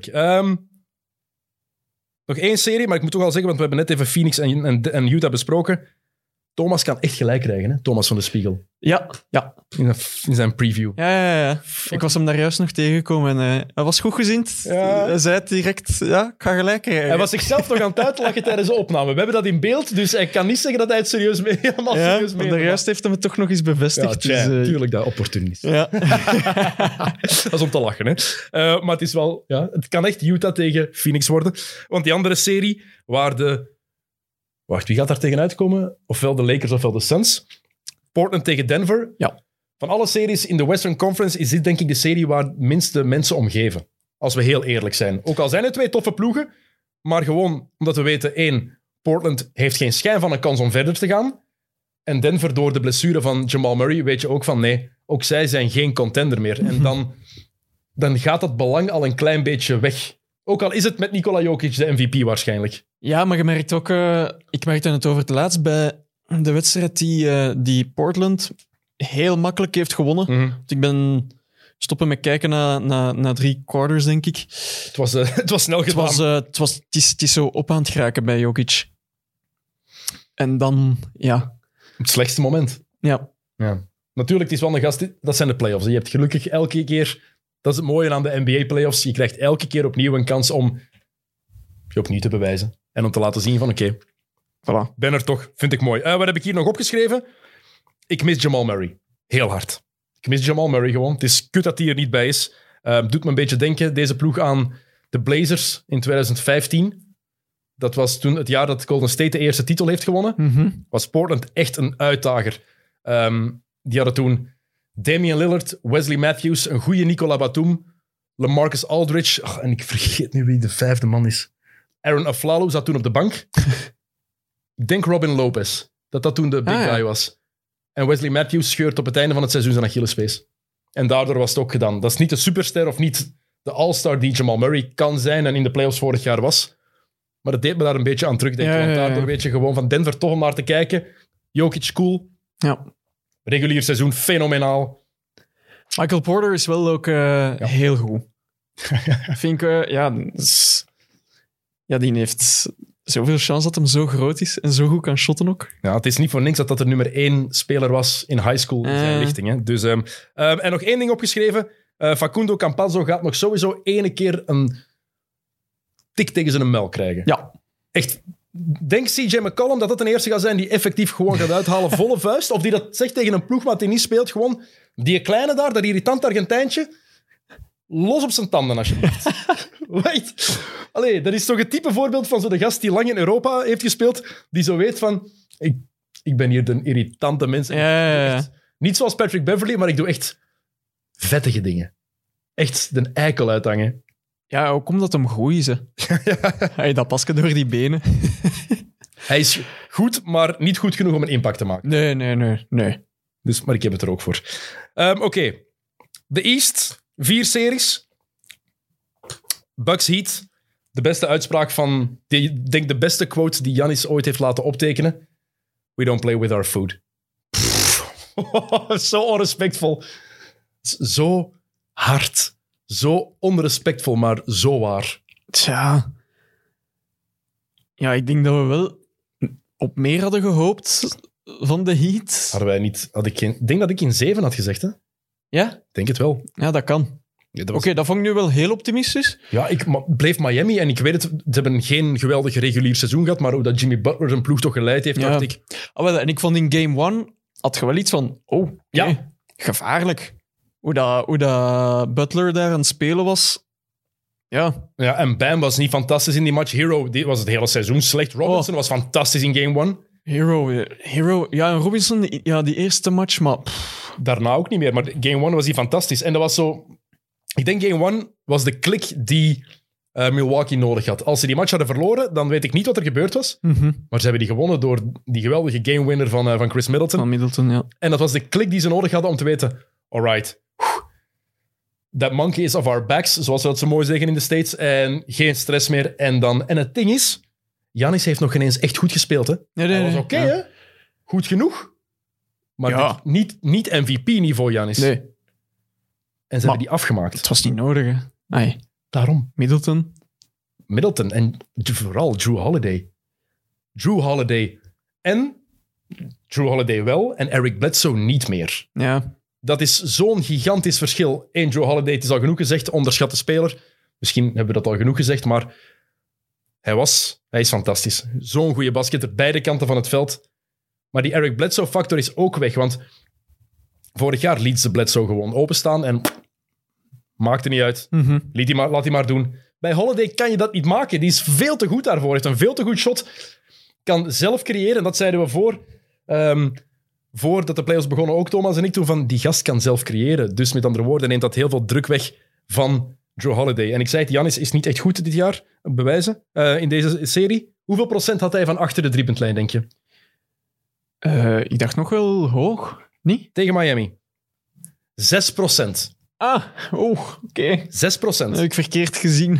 Nog één serie, maar ik moet toch al zeggen, want we hebben net even Phoenix en Utah besproken. Thomas kan echt gelijk krijgen, hè? Thomas van de Spiegel. Ja. In zijn preview. Ja. Ik was hem daar juist nog tegengekomen en hij was goed gezind. Ja. Hij zei het direct, ja, ik ga gelijk krijgen. Hij was zichzelf nog aan het uitlachen tijdens de opname. We hebben dat in beeld, dus hij kan niet zeggen dat hij het helemaal serieus maar meent. daar juist heeft hij het toch nog eens bevestigd. Ja, dus, tuurlijk, dat opportunist. ja. Dat is om te lachen, hè. Maar het is wel... Ja, het kan echt Utah tegen Phoenix worden. Want die andere serie, waar de... Wacht, wie gaat daar tegenuit komen? Ofwel de Lakers, ofwel de Suns. Portland tegen Denver. Ja. Van alle series in de Western Conference is dit denk ik de serie waar het minste mensen om geven. Als we heel eerlijk zijn. Ook al zijn er twee toffe ploegen, maar gewoon omdat we weten, één, Portland heeft geen schijn van een kans om verder te gaan. En Denver, door de blessure van Jamal Murray, weet je ook van nee, ook zij zijn geen contender meer. En dan gaat dat belang al een klein beetje weg. Ook al is het met Nikola Jokic de MVP waarschijnlijk. Ja, maar je merkt ook... ik merkte het over het laatst bij de wedstrijd die Portland heel makkelijk heeft gewonnen. Want ik ben stoppen met kijken na 3 quarters, denk ik. Het was snel gedaan. Het is zo op aan het geraken bij Jokic. En dan, ja... Het slechtste moment. Ja. Natuurlijk, het is wel een gast... Dat zijn de playoffs. Je hebt gelukkig elke keer... Dat is het mooie aan de NBA-playoffs. Je krijgt elke keer opnieuw een kans om je opnieuw te bewijzen. En om te laten zien van oké, Voilà. ben er toch. Vind ik mooi. Wat heb ik hier nog opgeschreven? Ik mis Jamal Murray. Heel hard. Ik mis Jamal Murray gewoon. Het is kut dat hij er niet bij is. Doet me een beetje denken, deze ploeg, aan de Blazers in 2015. Dat was toen het jaar dat Golden State de eerste titel heeft gewonnen. Was Portland echt een uitdager. Die hadden toen Damian Lillard, Wesley Matthews, een goede Nicolas Batum, LaMarcus Aldridge. En ik vergeet nu wie de vijfde man is. Aaron Aflalo zat toen op de bank. Ik denk Robin Lopez. Dat toen de big guy was. En Wesley Matthews scheurt op het einde van het seizoen zijn Achillespees. En daardoor was het ook gedaan. Dat is niet de superster of niet de all-star die Jamal Murray kan zijn en in de playoffs vorig jaar was. Maar het deed me daar een beetje aan terugdenken. Want daardoor weet je gewoon van Denver toch om naar te kijken. Jokic cool. Ja. Regulier seizoen fenomenaal. Michael Porter is wel ook heel goed. Vind ik, die heeft zoveel chance dat hem zo groot is en zo goed kan shotten ook. Ja, het is niet voor niks dat er nummer 1 speler was in high school in zijn richting. Hè. Dus, en nog één ding opgeschreven. Facundo Campazzo gaat nog sowieso ene keer een tik tegen zijn mel krijgen. Ja. Echt. Denk CJ McCollum dat een eerste gaat zijn die effectief gewoon gaat uithalen, volle vuist. Of die dat zegt tegen een ploegmaat die niet speelt. Gewoon die kleine daar, dat irritant Argentijntje, los op zijn tanden alsjeblieft. Wait. Allee, dat is toch het type voorbeeld van zo'n gast die lang in Europa heeft gespeeld, die zo weet van, ik ben hier de irritante mens. Ja. Niet zoals Patrick Beverley, maar ik doe echt vettige dingen. Echt de eikel uithangen. Ja, ook omdat hem goed is. Hè. Hey, dat pasje door die benen. Hij is goed, maar niet goed genoeg om een impact te maken. Nee. Dus, maar ik heb het er ook voor. Oké. De East, 4 series. Bucks Heat. De beste uitspraak van... Ik denk de beste quote die Giannis ooit heeft laten optekenen. We don't play with our food. Zo onrespectvol. Zo hard. Zo onrespectvol, maar zo waar. Tja. Ja, ik denk dat we wel op meer hadden gehoopt van de Heat. Hadden wij niet... Ik denk dat ik in 7 had gezegd, hè? Ja? Ik denk het wel. Ja, dat kan. Ja, Oké, dat vond ik nu wel heel optimistisch. Ja, ik bleef Miami en ik weet het, ze hebben geen geweldig regulier seizoen gehad, maar hoe dat Jimmy Butler zijn ploeg toch geleid heeft, dacht ik... En ik vond in game 1 had je wel iets van... gevaarlijk. Hoe dat Butler daar aan het spelen was... Ja, en Bam was niet fantastisch in die match. Hero die was het hele seizoen slecht. Robinson was fantastisch in game 1. Hero. Ja, en Robinson, die eerste match, maar... Daarna ook niet meer, maar game 1 was hij fantastisch. En dat was zo... Ik denk game 1 was de klik die Milwaukee nodig had. Als ze die match hadden verloren, dan weet ik niet wat er gebeurd was. Maar ze hebben die gewonnen door die geweldige gamewinner van Chris Middleton. Van Middleton, ja. En dat was de klik die ze nodig hadden om te weten... Alright, that monkey is off our backs, zoals we dat zo mooi zeggen in de States. En geen stress meer. En het ding is... Giannis heeft nog ineens echt goed gespeeld, hè? Nee, dat was oké, hè? Goed genoeg. Maar niet MVP-niveau, Giannis. Nee. En ze hebben die afgemaakt. Het was niet nodig, hè? Ai. Daarom. Middleton en vooral Drew Holiday. En Drew Holiday wel en Eric Bledsoe niet meer. Ja. Dat is zo'n gigantisch verschil. Drew Holiday, het is al genoeg gezegd, onderschatte speler. Misschien hebben we dat al genoeg gezegd, maar hij is fantastisch. Zo'n goede basketter, beide kanten van het veld. Maar die Eric Bledsoe-factor is ook weg, want vorig jaar liet ze Bledsoe gewoon openstaan en maakte niet uit. Laat hij maar doen. Bij Holiday kan je dat niet maken. Die is veel te goed daarvoor. Heeft een veel te goed shot. Kan zelf creëren. En dat zeiden we voordat de playoffs begonnen ook, Thomas en ik, toen van die gast kan zelf creëren. Dus met andere woorden neemt dat heel veel druk weg van Drew Holiday. En ik zei het, Giannis is niet echt goed dit jaar, bewijzen, in deze serie. Hoeveel procent had hij van achter de driepuntlijn, denk je? Ik dacht nog wel hoog. Niet? Tegen Miami. 6%. Oké. 6%. Dat heb ik verkeerd gezien. 6%.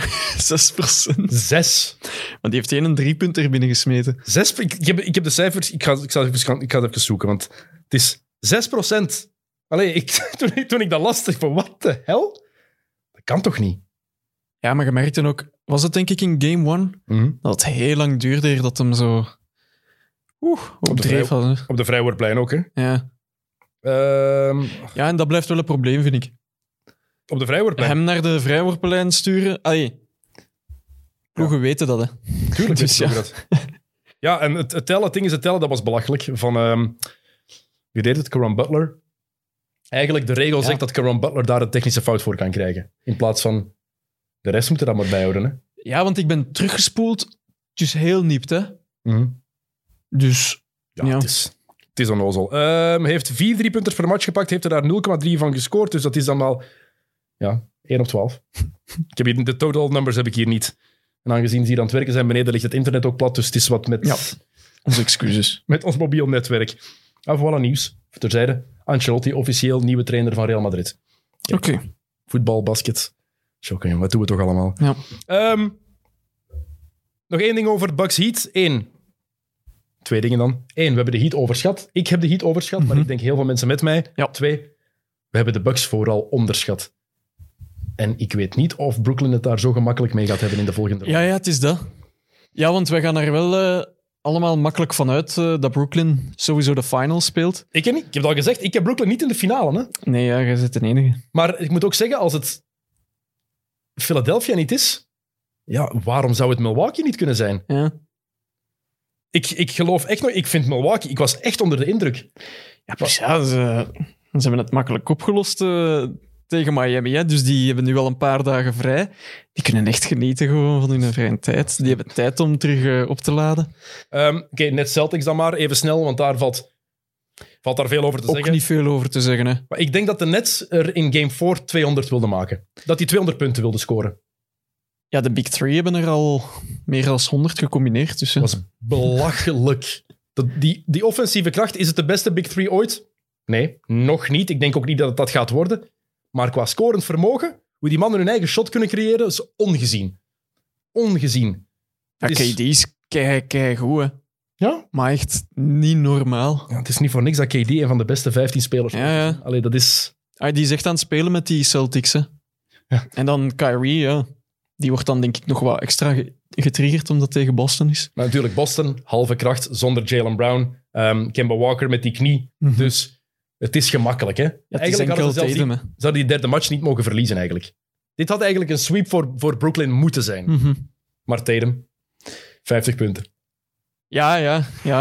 6. Want die heeft een driepunter binnengesmeten. 6. Ik heb de cijfers. Ik ga het even zoeken, want het is 6%. Allee, toen ik dat las, dacht ik van, what the hell? Dat kan toch niet? Ja, maar je merkte ook... Was het denk ik in game 1? Dat het heel lang duurde eer dat hem zo... op de vrijwoordplein ook, hè? Ja. Ja, en dat blijft wel een probleem, vind ik. Op de vrijwoordplein? Hem naar de vrijworpenlijn sturen. Ploegen weten dat, hè. Tuurlijk dus weten dat. Ja, en het tellen, dat was belachelijk. Van, wie deed het? Caron Butler. Eigenlijk, de regel zegt dat Caron Butler daar een technische fout voor kan krijgen. In plaats van, de rest moet er dan maar bijhouden, hè. Ja, want ik ben teruggespoeld is heel nipt, hè. Dus, Ja, het is onnozel. Heeft 4 3-punters per match gepakt, heeft er daar 0,3 van gescoord, dus dat is dan al 1 op 12. Ik heb hier, de total numbers heb ik hier niet. En aangezien ze hier aan het werken zijn beneden, ligt het internet ook plat, dus het is wat met... Ja, onze excuses. Met ons mobiel netwerk. Voilà, nieuws. Terzijde. Ancelotti, officieel nieuwe trainer van Real Madrid. Oké. Voetbal, basket. Shocking, wat doen we toch allemaal? Ja. Nog 1 ding over Bucks Heat. 1. 2 dingen dan. 1, we hebben de Heat overschat. Ik heb de Heat overschat, maar ik denk heel veel mensen met mij. Ja. 2, we hebben de Bucks vooral onderschat. En ik weet niet of Brooklyn het daar zo gemakkelijk mee gaat hebben in de volgende ronde. Ja, het is dat. Ja, want wij gaan er wel allemaal makkelijk vanuit dat Brooklyn sowieso de finals speelt. Ik heb het al gezegd, ik heb Brooklyn niet in de finale. Hè? Nee, ja, jij zit de enige. Maar ik moet ook zeggen, als het Philadelphia niet is, waarom zou het Milwaukee niet kunnen zijn? Ja. Ik geloof echt nog... Ik vind Milwaukee... Ik was echt onder de indruk. Ja, dus ze hebben het makkelijk opgelost tegen Miami. Hè? Dus die hebben nu al een paar dagen vrij. Die kunnen echt genieten gewoon van hun vrije tijd. Die hebben tijd om terug op te laden. Oké, net Celtics dan maar, even snel, want daar valt daar veel over te zeggen. Ook niet veel over te zeggen, hè. Maar ik denk dat de Nets er in Game 4 200 wilden maken. Dat die 200 punten wilden scoren. Ja, de Big Three hebben er al meer dan 100 gecombineerd. Dus, dat was belachelijk. Die offensieve kracht, is het de beste Big Three ooit? Nee, nog niet. Ik denk ook niet dat het dat gaat worden. Maar qua scorend vermogen, hoe die mannen hun eigen shot kunnen creëren, is ongezien. Ongezien. Ja, KD is keigoed, hè. Ja? Maar echt niet normaal. Ja, het is niet voor niks dat KD een van de beste 15 spelers is. Ja. Allee, dat is... Die is echt aan het spelen met die Celtics, hè. Ja. En dan Kyrie, die wordt dan denk ik nog wat extra getriggerd omdat het tegen Boston is. Maar natuurlijk, Boston, halve kracht, zonder Jaylen Brown. Kemba Walker met die knie. Dus het is gemakkelijk, hè? Ja, het eigenlijk is hadden enkel ze zouden die derde match niet mogen verliezen, eigenlijk. Dit had eigenlijk een sweep voor Brooklyn moeten zijn. Maar Tatum, 50 punten. Ja,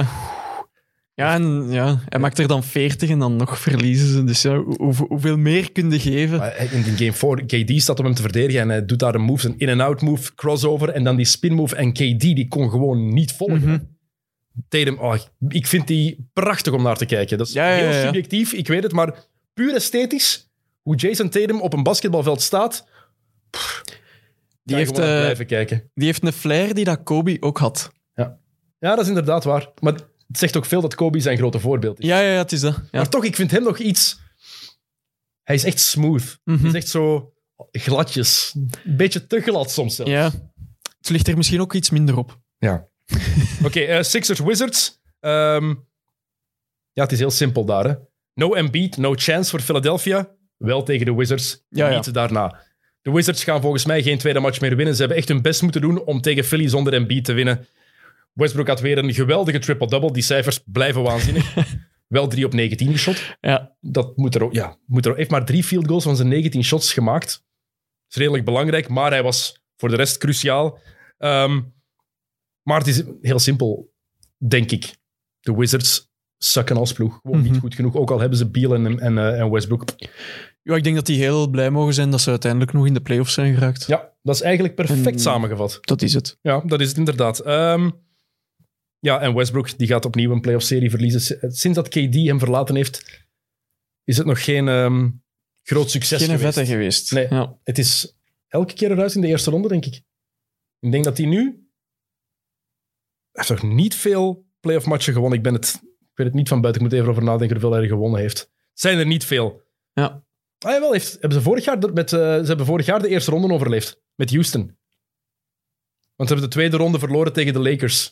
en hij maakt er dan 40 en dan nog verliezen ze. Dus hoeveel meer kun je geven? Maar in Game 4, KD staat om hem te verdedigen en hij doet daar een move, een in-and-out move, crossover en dan die spin move. En KD die kon gewoon niet volgen. Tatum, ik vind die prachtig om naar te kijken. Dat is heel subjectief, ik weet het, maar puur esthetisch, hoe Jason Tatum op een basketbalveld staat, die heeft blijven kijken. Die heeft een flair die dat Kobe ook had. Ja, dat is inderdaad waar. Maar het zegt ook veel dat Kobe zijn grote voorbeeld is. Ja, het is dat. Ja. Maar toch, ik vind hem nog iets... Hij is echt smooth. Hij is echt zo gladjes. Een beetje te glad soms zelfs. Ja. Het ligt er misschien ook iets minder op. Ja. Oké, Sixers-Wizards. Het is heel simpel daar. Hè. No Embiid, no chance voor Philadelphia. Wel tegen de Wizards. Niet daarna. De Wizards gaan volgens mij geen tweede match meer winnen. Ze hebben echt hun best moeten doen om tegen Philly zonder Embiid te winnen. Westbrook had weer een geweldige triple-double. Die cijfers blijven waanzinnig. Wel 3 op 19 geschot. Ja. Dat moet er ook. Ja, heeft maar 3 field goals van zijn 19 shots gemaakt. Dat is redelijk belangrijk, maar hij was voor de rest cruciaal. Maar het is heel simpel, denk ik. De Wizards sukken als ploeg. Gewoon niet goed genoeg. Ook al hebben ze Beal en Westbrook. Ja, ik denk dat die heel blij mogen zijn dat ze uiteindelijk nog in de playoffs zijn geraakt. Ja, dat is eigenlijk perfect samengevat. Dat is het. Ja, dat is het inderdaad. En Westbrook die gaat opnieuw een playoff-serie verliezen. Sinds dat KD hem verlaten heeft, is het nog geen groot succes geweest. Geen vette geweest. Nee, het is elke keer eruit in de eerste ronde, denk ik. Ik denk dat hij nu... Hij heeft toch niet veel playoff-matchen gewonnen. Ik weet het niet van buiten. Ik moet even over nadenken hoeveel hij gewonnen heeft. Het zijn er niet veel. Ja. Hebben ze hebben vorig jaar de eerste ronde overleefd. Met Houston. Want ze hebben de tweede ronde verloren tegen de Lakers.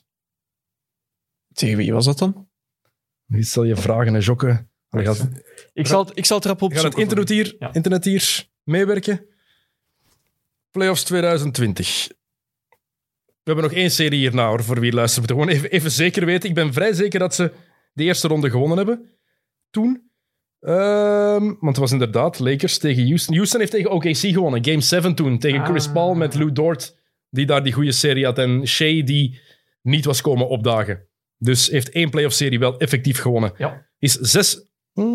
Tegen wie was dat dan? Nu stel je vragen en jokken. Ik zal het rap opzoeken. Gaat het internet hier meewerken? Playoffs 2020. We hebben nog 1 serie hierna, hoor, voor wie luistert. We moeten gewoon even zeker weten. Ik ben vrij zeker dat ze de eerste ronde gewonnen hebben. Toen. Want het was inderdaad Lakers tegen Houston. Houston heeft tegen OKC gewonnen. Game 7 toen. Tegen Chris Paul met Lou Dort, die daar die goede serie had. En Shea, die niet was komen opdagen. Dus heeft 1 playoff-serie wel effectief gewonnen. Ja. Is 6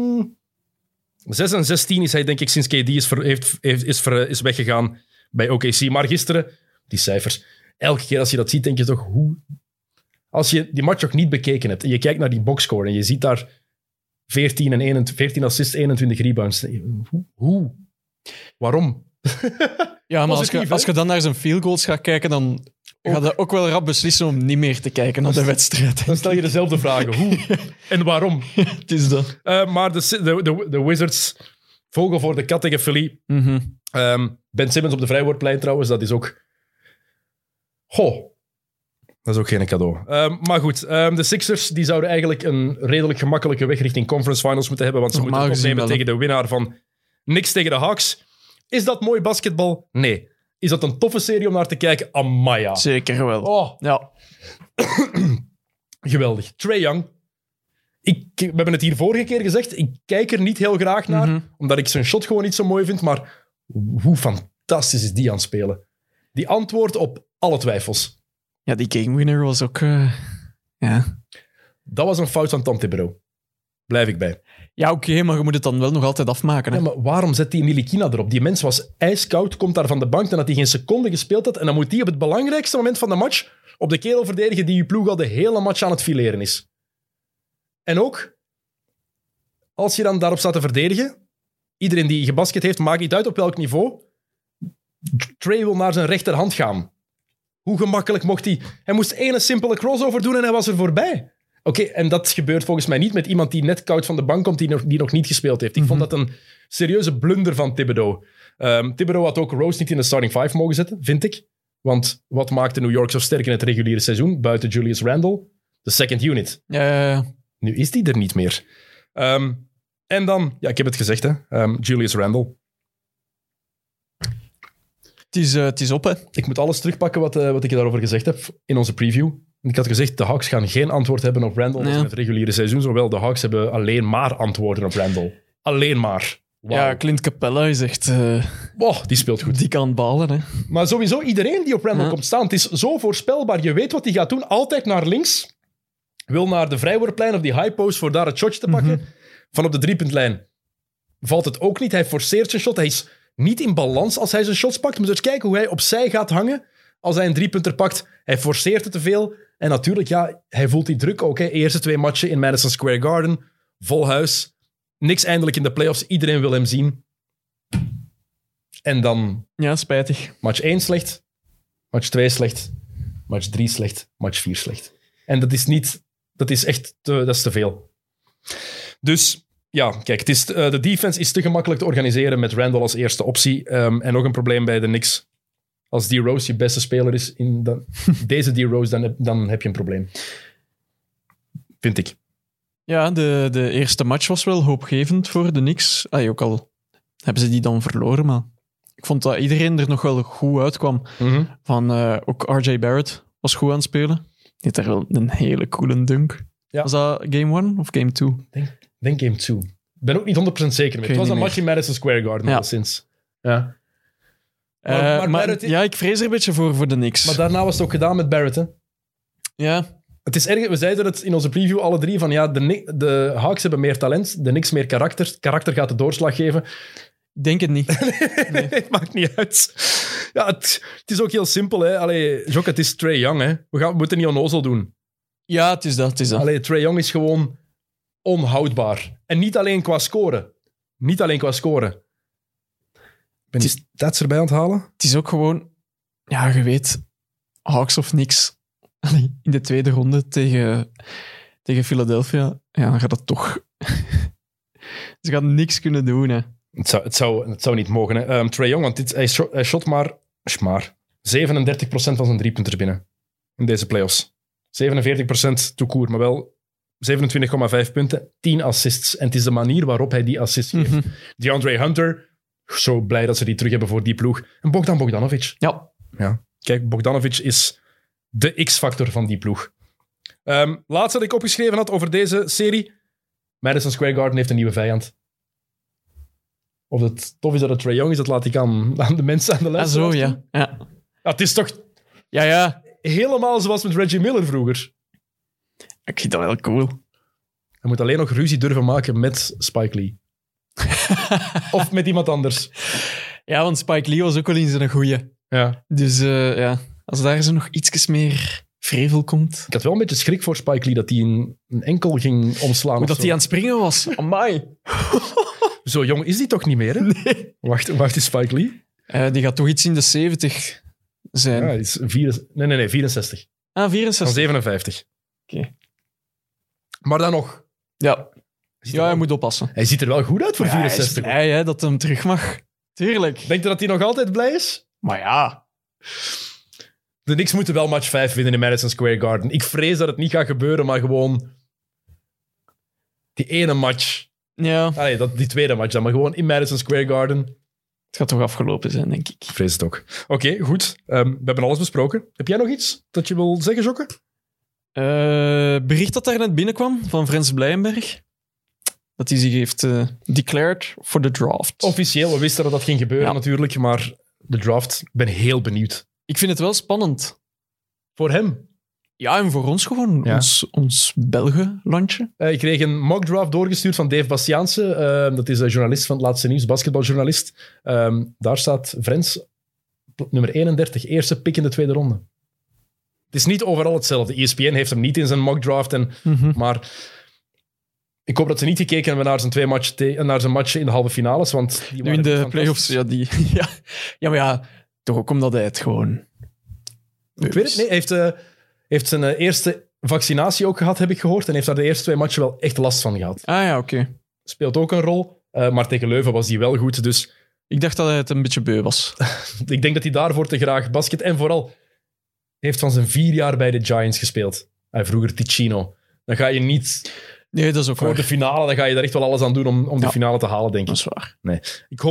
en 16 is hij, denk ik, sinds KD is weggegaan bij OKC. Maar gisteren, die cijfers, Ja. elke keer als je dat ziet, denk je toch, hoe... Als je die match nog niet bekeken hebt en je kijkt naar die boxscore en je ziet daar 14 assists, 21 rebounds. Hoe? Waarom? Ja, maar Positief, als je dan naar zijn field goals gaat kijken, dan ga je ook wel rap beslissen om niet meer te kijken naar de wedstrijd. Dan stel je dezelfde vragen. Hoe en waarom? Het is dat. Maar de Wizards, vogel voor de kat tegen Philly. Ben Simmons op de vrijwoordplein trouwens, dat is ook... Dat is ook geen cadeau. Maar goed, de Sixers die zouden eigenlijk een redelijk gemakkelijke weg richting Conference Finals moeten hebben, want ze Normaal moeten het opnemen gezien tegen de winnaar van Knicks tegen de Hawks. Is dat mooi basketbal? Nee. Is dat een toffe serie om naar te kijken? Amaya. Zeker wel. Oh, Ja. geweldig. Trae Young. We hebben het hier vorige keer gezegd. Ik kijk er niet heel graag naar, omdat ik zijn shot gewoon niet zo mooi vind. Maar hoe fantastisch is die aan het spelen? Die antwoordt op alle twijfels. Ja, die game winner was ook... ja, Dat was een fout van Tom Thibodeau. Blijf ik bij. ja oké, maar je moet het dan wel nog altijd afmaken. Hè? Ja, maar waarom zet die Nilikina erop? Die mens was ijskoud, komt daar van de bank, dan had hij geen seconde gespeeld had. En dan moet hij op het belangrijkste moment van de match op de kerel verdedigen die je ploeg al de hele match aan het fileren is. En ook, als je dan daarop staat te verdedigen, iedereen die gebasket heeft, maakt niet uit op welk niveau, Trae wil naar zijn rechterhand gaan. Hoe gemakkelijk mocht hij? Hij moest één simpele crossover doen en hij was er voorbij. Oké, en dat gebeurt volgens mij niet met iemand die net koud van de bank komt, die nog niet gespeeld heeft. Ik vond dat een serieuze blunder van Thibodeau. Thibodeau had ook Rose niet in de starting 5 mogen zetten, vind ik. Want wat maakte New York zo sterk in het reguliere seizoen, buiten Julius Randle? De second unit. Ja. Nu is die er niet meer. En dan, ja, ik heb het gezegd, hè, Julius Randle. Het is op, hè. Ik moet alles terugpakken wat ik daarover gezegd heb in onze preview. Ik had gezegd, de Hawks gaan geen antwoord hebben op Randle in het reguliere seizoen. Zowel de Hawks hebben alleen maar antwoorden op Randle. Alleen maar. Wow. Ja, Clint Capella is echt... Die speelt goed. Die kan ballen, hè. Maar sowieso, iedereen die op Randle komt staan, het is zo voorspelbaar. Je weet wat hij gaat doen. Altijd naar links. Wil naar de vrijwoordplein of die high post voor daar het shotje te pakken. Van op de driepuntlijn valt het ook niet. Hij forceert zijn shot. Hij is niet in balans als hij zijn shots pakt. Je moet eens kijken hoe hij opzij gaat hangen als hij een driepunter pakt. Hij forceert het te veel. En natuurlijk, ja, hij voelt die druk ook. Hè. Eerste 2 matchen in Madison Square Garden. Vol huis. Niks eindelijk in de playoffs. Iedereen wil hem zien. En dan... Ja, spijtig. Match 1 slecht. Match 2 slecht. Match 3 slecht. Match 4 slecht. En dat is niet... Dat is echt dat is te veel. Dus... Ja, kijk, de defense is te gemakkelijk te organiseren met Randle als eerste optie. En nog een probleem bij de Knicks. Als D-Rose je beste speler is in deze D-Rose, dan heb je een probleem. Vind ik. Ja, de eerste match was wel hoopgevend voor de Knicks. Ook al hebben ze die dan verloren, maar ik vond dat iedereen er nog wel goed uitkwam. Ook RJ Barrett was goed aan het spelen. Die had daar wel een hele coole dunk. Ja. Was dat game 1 of game 2? Denk game 2. Ik ben ook niet 100% zeker mee. Het was een match in Madison Square Garden al sinds. Ja. Maar Barrett, ja, ik vrees er een beetje voor de Knicks. Maar daarna was het ook gedaan met Barrett, hè? Ja. Het is erg, we zeiden het in onze preview alle drie, van ja, de Hawks hebben meer talent, de Knicks meer karakter. Karakter gaat de doorslag geven. Ik denk het niet. Nee, het maakt niet uit. Ja, het is ook heel simpel, hè. Allee, Jok, het is Trae Young, hè. We moeten niet onnozel doen. Ja, het is dat. Allee, Trae Young is gewoon onhoudbaar. En niet alleen qua scoren. Ben je stats erbij aan het halen? Het is ook gewoon... Ja, je weet... Hawks of Knicks. In de tweede ronde tegen Philadelphia. Ja, dan gaat dat toch... Ze gaan niks kunnen doen, hè. Het zou niet mogen, hè. Trae Young, want hij shot maar 37% van zijn driepunters binnen. In deze playoffs. 47% tout court, maar wel 27,5 punten, 10 assists. En het is de manier waarop hij die assists geeft. DeAndre Hunter, zo blij dat ze die terug hebben voor die ploeg. En Bogdan Bogdanovic. Ja. Kijk, Bogdanovic is de X-factor van die ploeg. Laatste dat ik opgeschreven had over deze serie. Madison Square Garden heeft een nieuwe vijand. Of het tof is dat het Trae Young is, dat laat ik aan de mensen aan de luisteraars doen. Ja. Het is toch... Ja. Helemaal zoals met Reggie Miller vroeger. Ik vind dat wel cool. Hij moet alleen nog ruzie durven maken met Spike Lee. Of met iemand anders. Ja, want Spike Lee was ook wel eens een goeie. Ja. Dus Als daar zo nog ietsjes meer vrevel komt. Ik had wel een beetje schrik voor Spike Lee dat hij een enkel ging omslaan. Hoe of dat zo. hij aan het springen was. Amai. Zo jong is die toch niet meer, hè? Nee. Wacht, is Spike Lee? Die gaat toch iets in de 70 zijn. Ja, hij is 64. Ah, Van 64. 57. Oké. Maar dan nog. Ja. Ziet er Ja, wel- je moet oppassen. Hij ziet er wel goed uit voor Ja, hij is 64. blij hè, dat hij hem terug mag. Tuurlijk. Denkt u dat hij nog altijd blij is? Maar ja. De Knicks moeten wel match 5 winnen in Madison Square Garden. Ik vrees dat het niet gaat gebeuren, maar gewoon die ene match. Ja, Die tweede match dan, maar gewoon in Madison Square Garden. het gaat toch afgelopen zijn, denk ik. Ik vrees het ook. Oké, goed. We hebben alles besproken. Heb jij nog iets dat je wil zeggen, Jokke? Bericht dat daar net binnenkwam van Frans Blijenberg. Dat hij zich heeft declared voor de draft. Officieel, we wisten dat dat ging gebeuren Ja. natuurlijk, maar de draft, ik ben heel benieuwd. Ik vind het wel spannend. Voor hem. Ja, en voor ons gewoon. Ja. Ons Belgenlandje. Ik kreeg een mock draft doorgestuurd van Dave Bastiaanse. Dat is de journalist van het Laatste Nieuws, basketbaljournalist. Daar staat Frans nummer 31, eerste pick in de tweede ronde. Het is niet overal hetzelfde. ESPN heeft hem niet in zijn mock draft, maar ik hoop dat ze niet gekeken hebben naar zijn naar zijn matchen in de halve finales, want die Nu in de waren playoffs, fantastisch. ja, ja, maar ja, toch ook omdat hij het gewoon... Ik weet het, nee, hij heeft zijn eerste vaccinatie ook gehad, heb ik gehoord, en heeft daar de eerste 2 matchen wel echt last van gehad. Ah ja, oké. Speelt ook een rol, maar tegen Leuven was hij wel goed, dus Ik dacht dat hij het een beetje beu was. ik denk dat hij daarvoor te graag basket, en vooral heeft van zijn 4 jaar bij de Giants gespeeld. Vroeger Ticino. Dan ga je niet Nee, dat is ook voor waar. de finale, dan ga je daar echt wel alles aan doen om de Ja. finale te halen, denk Dat ik. is waar. Ik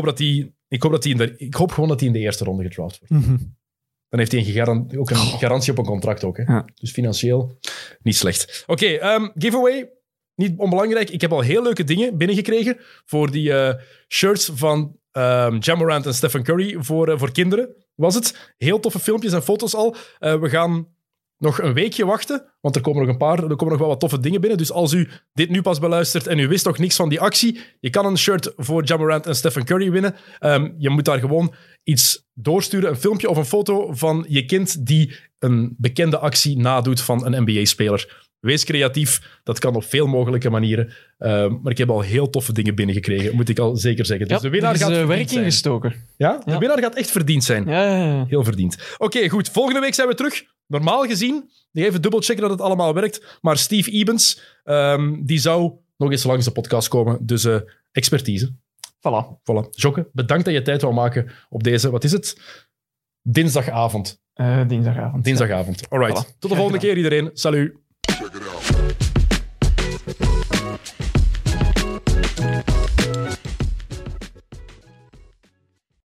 hoop gewoon dat hij in de eerste ronde gedraft wordt. Dan heeft hij ook een garantie op een contract ook. Hè. Ja. Dus financieel niet slecht. Oké, giveaway. Niet onbelangrijk. Ik heb al heel leuke dingen binnengekregen voor die shirts van Ja Morant en Stephen Curry voor kinderen. Was het? Heel toffe filmpjes en foto's al. We gaan nog een weekje wachten, want er komen nog wel wat toffe dingen binnen. Dus als u dit nu pas beluistert en u wist nog niks van die actie, je kan een shirt voor Ja Morant en Stephen Curry winnen. Je moet daar gewoon iets doorsturen, een filmpje of een foto van je kind die een bekende actie nadoet van een NBA-speler. Wees creatief, dat kan op veel mogelijke manieren. Maar ik heb al heel toffe dingen binnengekregen, moet ik al zeker zeggen. Dus Ja, de winnaar er is gaat verdiend werk zijn. ingestoken. Ja? De Ja. winnaar gaat echt verdiend zijn. Ja. Heel verdiend. Oké, goed. Volgende week zijn we terug. Normaal gezien, even dubbelchecken dat het allemaal werkt, maar Steve Ebens, die zou nog eens langs de podcast komen. Dus expertise. Voilà. Jokke, bedankt dat je tijd wou maken op deze, wat is het? Dinsdagavond. Dinsdagavond. Alright. Voilà. Tot de volgende keer iedereen. Salut.